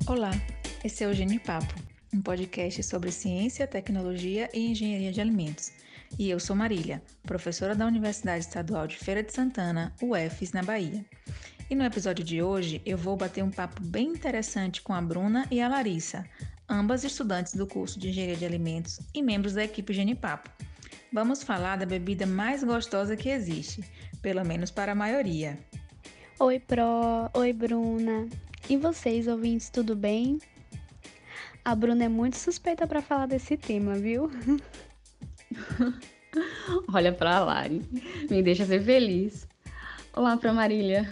Olá, esse é o Genipapo, um podcast sobre ciência, tecnologia e engenharia de alimentos. E eu sou Marília, professora da Universidade Estadual de Feira de Santana, UFES, na Bahia. E no episódio de hoje eu vou bater um papo bem interessante com a Bruna e a Larissa, ambas estudantes do curso de Engenharia de Alimentos e membros da equipe Genipapo. Vamos falar da bebida mais gostosa que existe, pelo menos para a maioria. Oi, Pro. Oi, Bruna. E vocês, ouvintes, tudo bem? A Bruna é muito suspeita para falar desse tema, viu? Olha pra Lari, me deixa ser feliz. Olá pra Marília.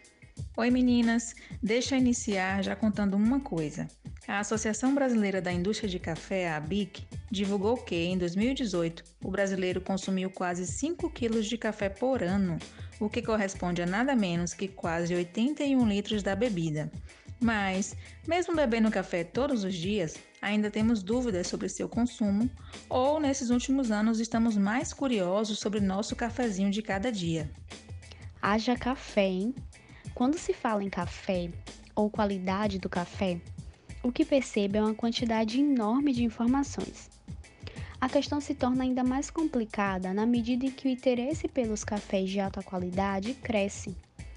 Oi meninas, deixa eu iniciar já contando uma coisa. A Associação Brasileira da Indústria de Café, a ABIC, divulgou que, em 2018, o brasileiro consumiu quase 5 quilos de café por ano, o que corresponde a nada menos que quase 81 litros da bebida. Mas, mesmo bebendo café todos os dias, ainda temos dúvidas sobre seu consumo, ou nesses últimos anos estamos mais curiosos sobre nosso cafezinho de cada dia. Haja café, hein? Quando se fala em café ou qualidade do café, o que percebo é uma quantidade enorme de informações. A questão se torna ainda mais complicada na medida em que o interesse pelos cafés de alta qualidade cresce.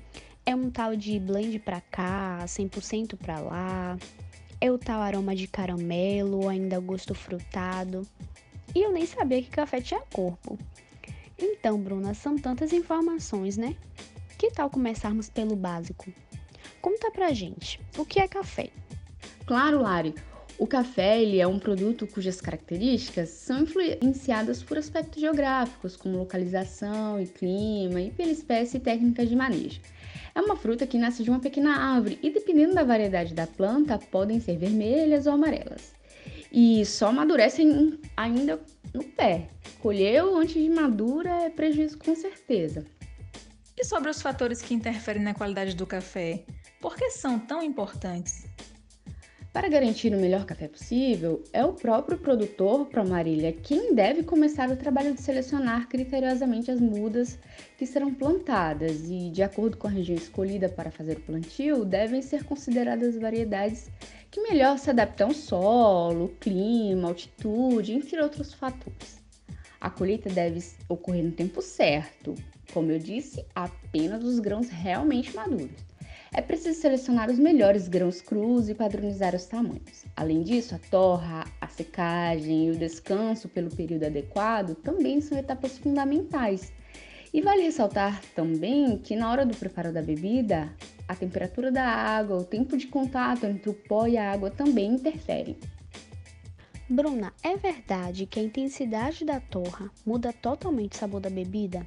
É um tal de blend pra cá, 100% pra lá, é o tal aroma de caramelo ou ainda gosto frutado. E eu nem sabia que café tinha corpo. Então, Bruna, são tantas informações, né? Que tal começarmos pelo básico? Conta pra gente, o que é café? Claro, Lari, o café ele é um produto cujas características são influenciadas por aspectos geográficos, como localização e clima, e pela espécie e técnicas de manejo. É uma fruta que nasce de uma pequena árvore e, dependendo da variedade da planta, podem ser vermelhas ou amarelas. E só amadurecem ainda no pé. Colheu antes de madura é prejuízo com certeza. E sobre os fatores que interferem na qualidade do café, por que são tão importantes? Para garantir o melhor café possível, é o próprio produtor, Promarília, quem deve começar o trabalho de selecionar criteriosamente as mudas que serão plantadas e, de acordo com a região escolhida para fazer o plantio, devem ser consideradas variedades que melhor se adaptam ao solo, clima, altitude, entre outros fatores. A colheita deve ocorrer no tempo certo, como eu disse, apenas os grãos realmente maduros. É preciso selecionar os melhores grãos crus e padronizar os tamanhos. Além disso, a torra, a secagem e o descanso pelo período adequado também são etapas fundamentais. E vale ressaltar também que na hora do preparo da bebida, a temperatura da água, o tempo de contato entre o pó e a água também interferem. Bruna, é verdade que a intensidade da torra muda totalmente o sabor da bebida?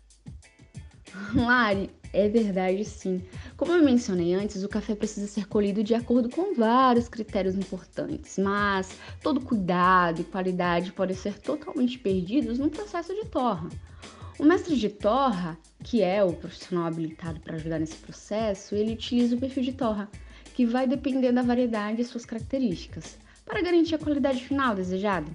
Lari, é verdade sim. Como eu mencionei antes, o café precisa ser colhido de acordo com vários critérios importantes, mas todo cuidado e qualidade podem ser totalmente perdidos no processo de torra. O mestre de torra, que é o profissional habilitado para ajudar nesse processo, ele utiliza o perfil de torra, que vai depender da variedade e suas características, para garantir a qualidade final desejada.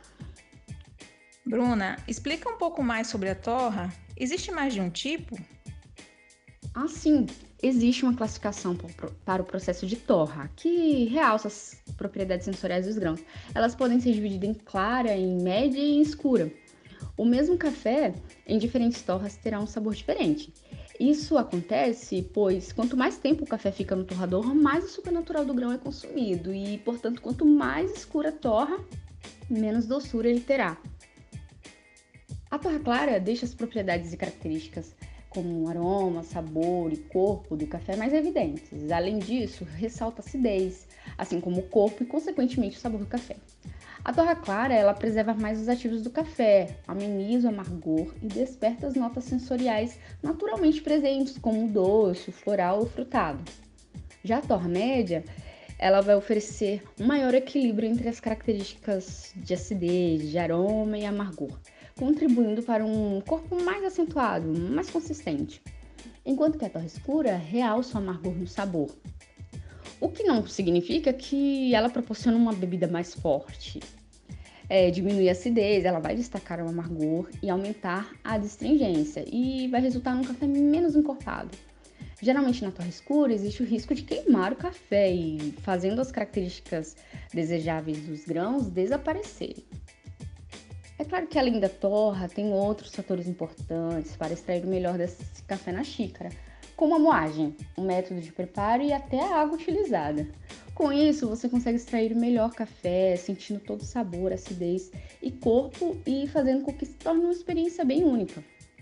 Bruna, explica um pouco mais sobre a torra. Existe mais de um tipo? Assim, existe uma classificação para o processo de torra, que realça as propriedades sensoriais dos grãos. Elas podem ser divididas em clara, em média e em escura. O mesmo café, em diferentes torras, terá um sabor diferente. Isso acontece pois quanto mais tempo o café fica no torrador, mais o açúcar natural do grão é consumido e, portanto, quanto mais escura a torra, menos doçura ele terá. A torra clara deixa as propriedades e características como aroma, sabor e corpo do café mais evidentes. Além disso, ressalta a acidez, assim como o corpo e, consequentemente, o sabor do café. A torra clara, ela preserva mais os ativos do café, ameniza o amargor e desperta as notas sensoriais naturalmente presentes, como o doce, o floral ou o frutado. Já a torra média, ela vai oferecer um maior equilíbrio entre as características de acidez, de aroma e amargor, contribuindo para um corpo mais acentuado, mais consistente. Enquanto que a torra escura realça o amargor no sabor, o que não significa que ela proporciona uma bebida mais forte. Diminuir a acidez, ela vai destacar o amargor e aumentar a astringência e vai resultar num café menos encorpado. Geralmente na torra escura existe o risco de queimar o café e fazendo as características desejáveis dos grãos desaparecerem. É claro que além da torra, tem outros fatores importantes para extrair o melhor desse café na xícara, como a moagem, o método de preparo e até a água utilizada. Com isso, você consegue extrair o melhor café, sentindo todo o sabor, acidez e corpo e fazendo com que se torne uma experiência bem única.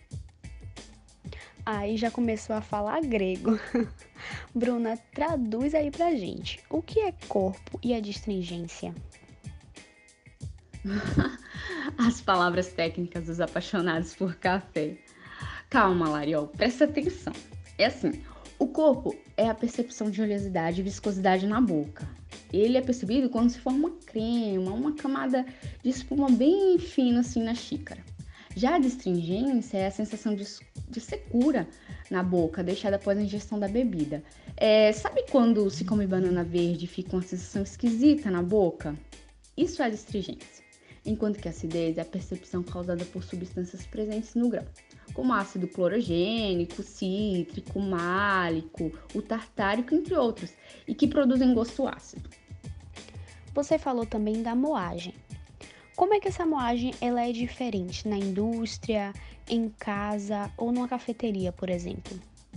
Aí já começou a falar grego. Bruna, traduz aí pra gente. O que é corpo e adstringência? As palavras técnicas dos apaixonados por café. Calma, Lariol, presta atenção. É assim, o corpo é a percepção de oleosidade e viscosidade na boca. Ele é percebido quando se forma uma crema, uma camada de espuma bem fina assim na xícara. Já a astringência é a sensação de secura na boca, deixada após a ingestão da bebida. Sabe quando se come banana verde e fica uma sensação esquisita na boca? Isso é astringência. Enquanto que a acidez é a percepção causada por substâncias presentes no grão, como ácido clorogênico, cítrico, málico, o tartárico, entre outros, e que produzem gosto ácido. Você falou também da moagem. Como é que essa moagem ela é diferente na indústria, em casa ou numa cafeteria, por exemplo?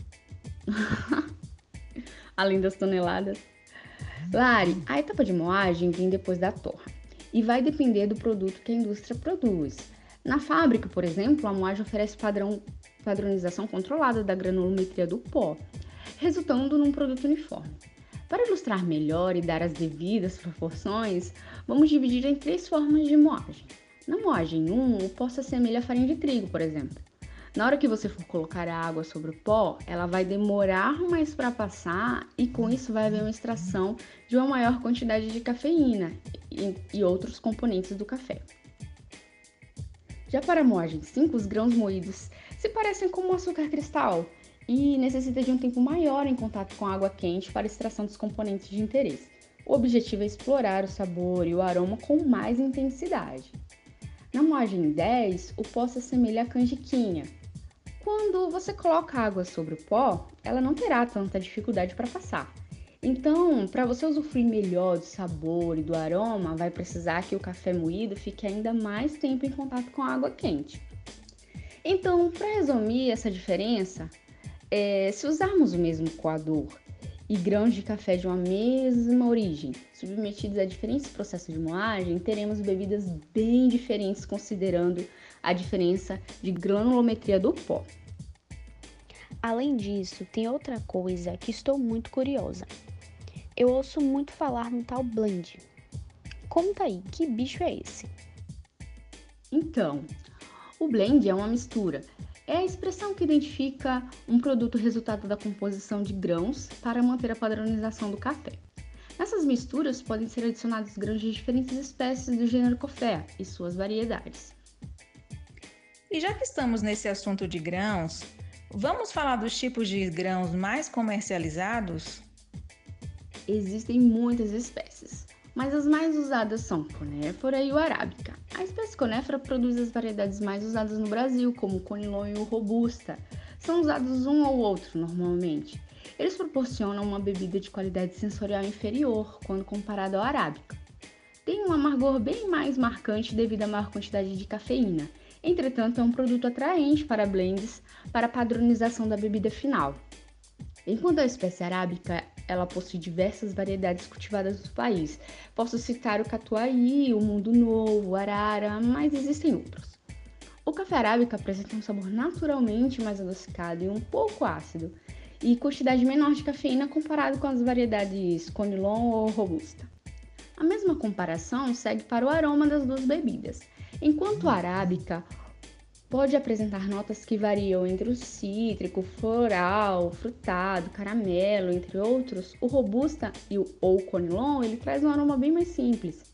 Além das toneladas. Lari, a etapa de moagem vem depois da torra e vai depender do produto que a indústria produz. Na fábrica, por exemplo, a moagem oferece padronização controlada da granulometria do pó, resultando num produto uniforme. Para ilustrar melhor e dar as devidas proporções, vamos dividir em 3 formas de moagem. Na moagem 1, o pó se assemelha à farinha de trigo, por exemplo. Na hora que você for colocar a água sobre o pó, ela vai demorar mais para passar e com isso vai haver uma extração de uma maior quantidade de cafeína e outros componentes do café. Já para a moagem 5, os grãos moídos se parecem com um açúcar cristal e necessita de um tempo maior em contato com a água quente para a extração dos componentes de interesse. O objetivo é explorar o sabor e o aroma com mais intensidade. Na moagem 10, o pó se assemelha à canjiquinha. Quando você coloca água sobre o pó, ela não terá tanta dificuldade para passar. Então, para você usufruir melhor do sabor e do aroma, vai precisar que o café moído fique ainda mais tempo em contato com a água quente. Então, para resumir essa diferença, se usarmos o mesmo coador e grãos de café de uma mesma origem, submetidos a diferentes processos de moagem, teremos bebidas bem diferentes considerando a diferença de granulometria do pó. Além disso, tem outra coisa que estou muito curiosa. Eu ouço muito falar no tal blend. Conta aí, que bicho é esse? Então, o blend é uma mistura. É a expressão que identifica um produto resultado da composição de grãos para manter a padronização do café. Nessas misturas podem ser adicionados grãos de diferentes espécies do gênero Coffea e suas variedades. E já que estamos nesse assunto de grãos, vamos falar dos tipos de grãos mais comercializados? Existem muitas espécies, mas as mais usadas são conéfora e o arábica. A espécie conéfora produz as variedades mais usadas no Brasil, como o conilon e o robusta. São usados um ou outro normalmente. Eles proporcionam uma bebida de qualidade sensorial inferior quando comparado ao arábica. Tem um amargor bem mais marcante devido à maior quantidade de cafeína. Entretanto, é um produto atraente para blends para a padronização da bebida final. Enquanto a espécie arábica, ela possui diversas variedades cultivadas no país. Posso citar o catuai, o mundo novo, o arara, mas existem outros. O café arábica apresenta um sabor naturalmente mais adocicado e um pouco ácido, e quantidade menor de cafeína comparado com as variedades conilon ou robusta. A mesma comparação segue para o aroma das duas bebidas. Enquanto a arábica pode apresentar notas que variam entre o cítrico, floral, frutado, caramelo, entre outros, o robusta ou conilon, ele traz um aroma bem mais simples.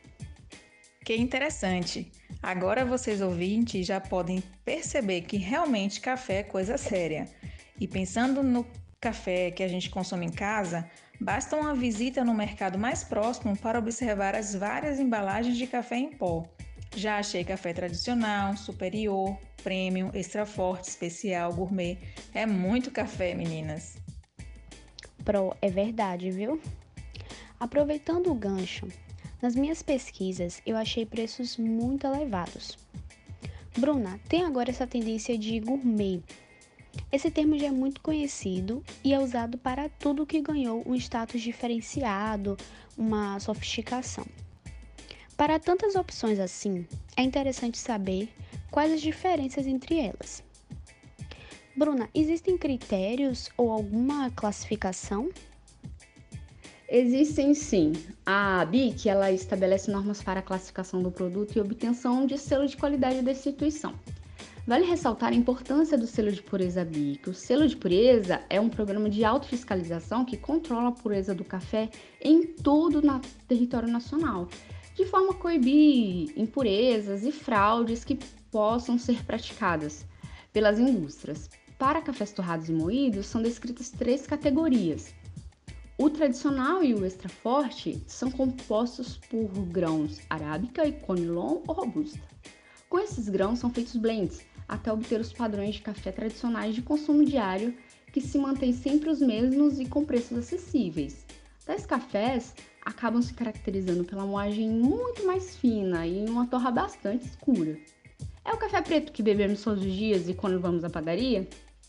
Que interessante! Agora vocês ouvintes já podem perceber que realmente café é coisa séria. E pensando no café que a gente consome em casa, basta uma visita no mercado mais próximo para observar as várias embalagens de café em pó. Já achei café tradicional, superior, premium, extra forte, especial, gourmet. É muito café, meninas. Pro, é verdade, viu? Aproveitando o gancho, nas minhas pesquisas eu achei preços muito elevados. Bruna, tem agora essa tendência de gourmet. Esse termo já é muito conhecido e é usado para tudo que ganhou um status diferenciado, uma sofisticação. Para tantas opções assim, é interessante saber quais as diferenças entre elas. Bruna, existem critérios ou alguma classificação? Existem sim. A BIC, ela estabelece normas para a classificação do produto e obtenção de selo de qualidade da instituição. Vale ressaltar a importância do selo de pureza BIC. O selo de pureza é um programa de autofiscalização que controla a pureza do café em todo o território nacional, de forma a coibir impurezas e fraudes que possam ser praticadas pelas indústrias. Para cafés torrados e moídos, são descritas 3 categorias. O tradicional e o extra forte são compostos por grãos arábica e conilon ou robusta. Com esses grãos são feitos blends, até obter os padrões de café tradicionais de consumo diário, que se mantêm sempre os mesmos e com preços acessíveis. Tais cafés acabam se caracterizando pela moagem muito mais fina e uma torra bastante escura. É o café preto que bebemos todos os dias e quando vamos à padaria?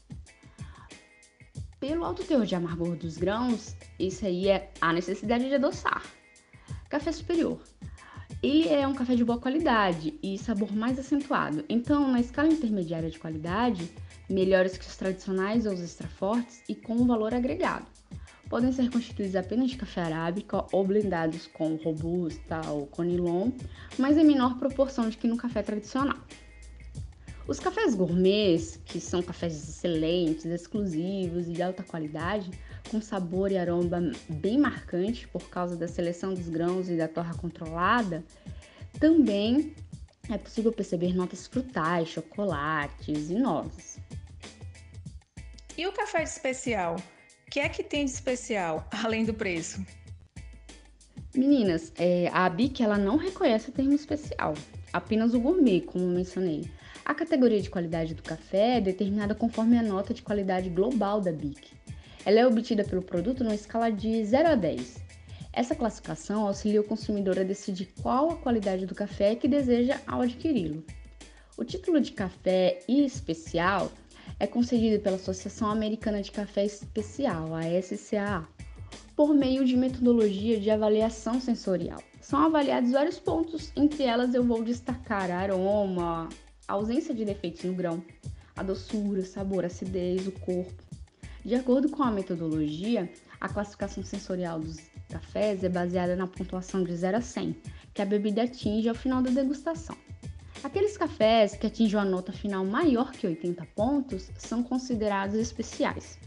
Pelo alto teor de amargor dos grãos, isso aí é a necessidade de adoçar. Café superior. Ele é um café de boa qualidade e sabor mais acentuado. Então, na escala intermediária de qualidade, melhores que os tradicionais ou os extra fortes e com um valor agregado. Podem ser constituídos apenas de café arábica ou blendados com robusta ou conilon, mas em menor proporção do que no café tradicional. Os cafés gourmets, que são cafés excelentes, exclusivos e de alta qualidade, com sabor e aroma bem marcante por causa da seleção dos grãos e da torra controlada, também é possível perceber notas frutais, chocolates e nozes. E o café de especial? O que é que tem de especial, além do preço? Meninas, a BIC ela não reconhece o termo especial, apenas o gourmet, como mencionei. A categoria de qualidade do café é determinada conforme a nota de qualidade global da BIC. Ela é obtida pelo produto numa escala de 0 a 10. Essa classificação auxilia o consumidor a decidir qual a qualidade do café que deseja ao adquiri-lo. O título de café especial é concedido pela Associação Americana de Café Especial, a SCAA, por meio de metodologia de avaliação sensorial. São avaliados vários pontos, entre elas eu vou destacar aroma, a ausência de defeitos no grão, a doçura, sabor, acidez, o corpo. De acordo com a metodologia, a classificação sensorial dos cafés é baseada na pontuação de 0 a 100, que a bebida atinge ao final da degustação. Aqueles cafés que atingem a nota final maior que 80 pontos são considerados especiais.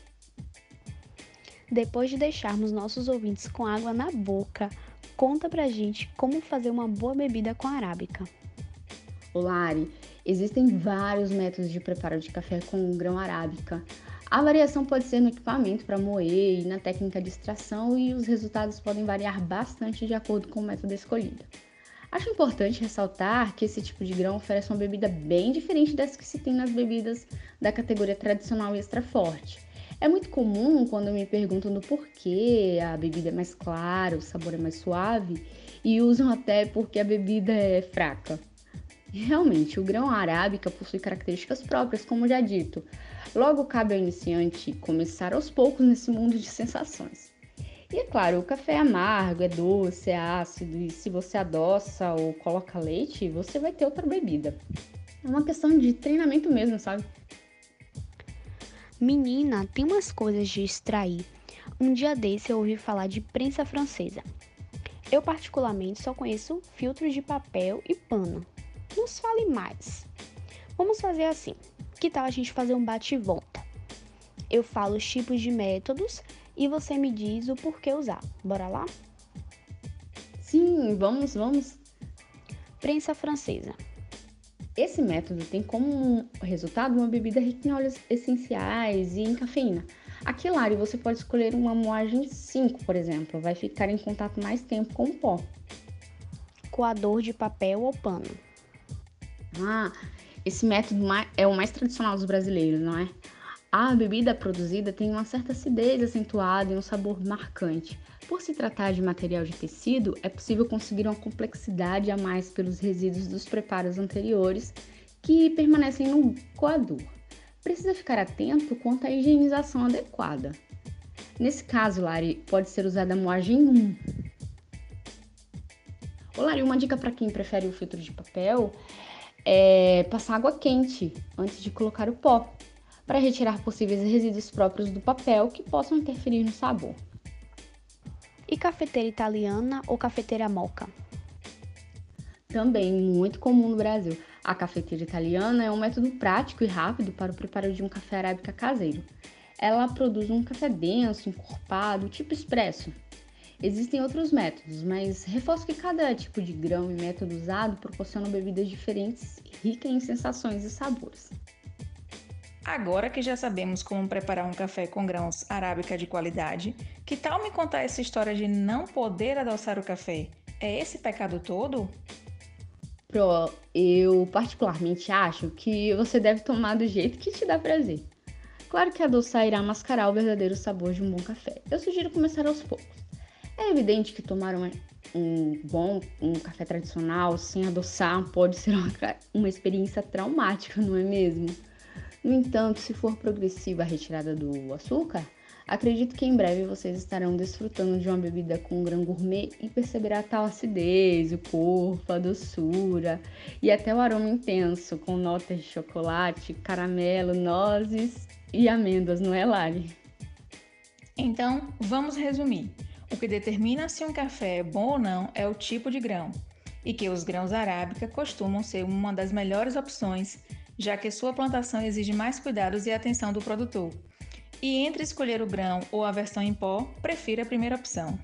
Depois de deixarmos nossos ouvintes com água na boca, conta pra gente como fazer uma boa bebida com arábica. Lari, existem vários métodos de preparo de café com grão arábica. A variação pode ser no equipamento para moer e na técnica de extração, e os resultados podem variar bastante de acordo com o método escolhido. Acho importante ressaltar que esse tipo de grão oferece uma bebida bem diferente das que se tem nas bebidas da categoria tradicional e extra forte. É muito comum quando me perguntam do porquê a bebida é mais clara, o sabor é mais suave, e usam até porque a bebida é fraca. Realmente, o grão arábica possui características próprias, como já dito. Logo, cabe ao iniciante começar aos poucos nesse mundo de sensações. E é claro, o café é amargo, é doce, é ácido, e se você adoça ou coloca leite, você vai ter outra bebida. É uma questão de treinamento mesmo, sabe? Menina, tem umas coisas de extrair. Um dia desse eu ouvi falar de prensa francesa. Eu particularmente só conheço filtros de papel e pano. Nos fale mais. Vamos fazer assim. Que tal a gente fazer um bate e volta? Eu falo os tipos de métodos e você me diz o porquê usar. Bora lá? Sim, vamos. Prensa francesa. Esse método tem como resultado uma bebida rica em óleos essenciais e em cafeína. Aqui, Lari, você pode escolher uma moagem 5, por exemplo. Vai ficar em contato mais tempo com o pó. coador de papel ou pano. Ah, esse método é o mais tradicional dos brasileiros, não é? A bebida produzida tem uma certa acidez acentuada e um sabor marcante. Por se tratar de material de tecido, é possível conseguir uma complexidade a mais pelos resíduos dos preparos anteriores que permanecem no coador. Precisa ficar atento quanto à higienização adequada. Nesse caso, Lari, pode ser usada a moagem 1. Ô, Lari, uma dica para quem prefere o filtro de papel é passar água quente antes de colocar o pó, para retirar possíveis resíduos próprios do papel que possam interferir no sabor. E cafeteira italiana ou cafeteira moka? Também muito comum no Brasil. A cafeteira italiana é um método prático e rápido para o preparo de um café arábica caseiro. Ela produz um café denso, encorpado, tipo expresso. Existem outros métodos, mas reforço que cada tipo de grão e método usado proporciona bebidas diferentes, ricas em sensações e sabores. Agora que já sabemos como preparar um café com grãos arábica de qualidade, que tal me contar essa história de não poder adoçar o café? É esse pecado todo? Eu particularmente acho que você deve tomar do jeito que te dá prazer. Claro que adoçar irá mascarar o verdadeiro sabor de um bom café. Eu sugiro começar aos poucos. É evidente que tomar um café tradicional sem adoçar pode ser uma experiência traumática, não é mesmo? No entanto, se for progressiva a retirada do açúcar, acredito que em breve vocês estarão desfrutando de uma bebida com grão gourmet e perceberá tal acidez, o corpo, a doçura e até o aroma intenso, com notas de chocolate, caramelo, nozes e amêndoas, não é, Lari? Então, vamos resumir. O que determina se um café é bom ou não é o tipo de grão, e que os grãos arábica costumam ser uma das melhores opções, já que sua plantação exige mais cuidados e atenção do produtor. E entre escolher o grão ou a versão em pó, prefira a primeira opção.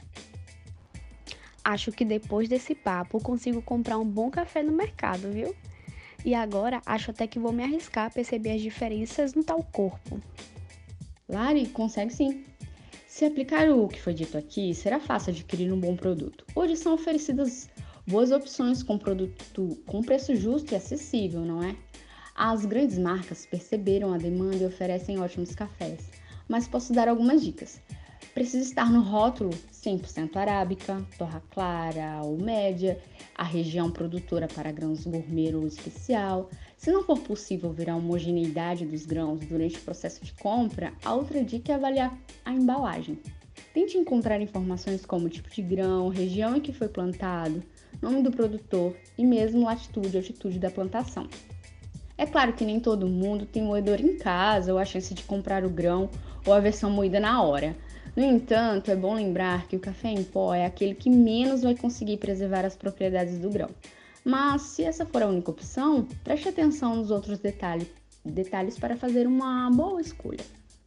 Acho que depois desse papo consigo comprar um bom café no mercado, viu? E agora acho até que vou me arriscar a perceber as diferenças no tal corpo. Lari, consegue sim. Se aplicar o que foi dito aqui, será fácil adquirir um bom produto. Hoje são oferecidas boas opções com produto com preço justo e acessível, não é? As grandes marcas perceberam a demanda e oferecem ótimos cafés, mas posso dar algumas dicas. Precisa estar no rótulo 100% arábica, torra clara ou média, a região produtora para grãos gourmet ou especial. Se não for possível ver a homogeneidade dos grãos durante o processo de compra, a outra dica é avaliar a embalagem. Tente encontrar informações como tipo de grão, região em que foi plantado, nome do produtor e mesmo latitude e altitude da plantação. É claro que nem todo mundo tem moedor em casa ou a chance de comprar o grão ou a versão moída na hora. No entanto, é bom lembrar que o café em pó é aquele que menos vai conseguir preservar as propriedades do grão. Mas, se essa for a única opção, preste atenção nos outros detalhes para fazer uma boa escolha.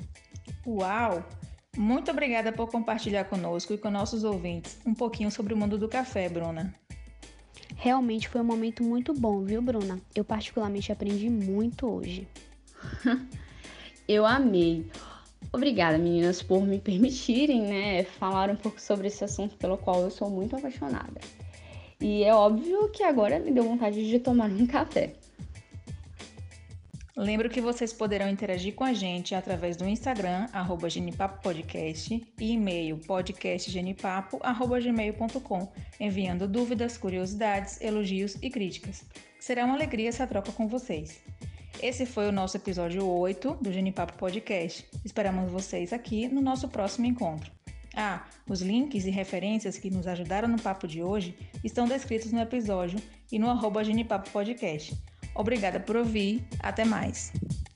Uau! Muito obrigada por compartilhar conosco e com nossos ouvintes um pouquinho sobre o mundo do café, Bruna. Realmente foi um momento muito bom, viu, Bruna? Eu particularmente aprendi muito hoje. Eu amei. Obrigada, meninas, por me permitirem, falar um pouco sobre esse assunto pelo qual eu sou muito apaixonada. E é óbvio que agora me deu vontade de tomar um café. Lembro que vocês poderão interagir com a gente através do Instagram, @genipapopodcast, e e-mail podcastgenipapo@gmail.com, enviando dúvidas, curiosidades, elogios e críticas. Será uma alegria essa troca com vocês. Esse foi o nosso episódio 8 do Genipapo Podcast. Esperamos vocês aqui no nosso próximo encontro. Os links e referências que nos ajudaram no papo de hoje estão descritos no episódio e no @genipapopodcast. Obrigada por ouvir. Até mais.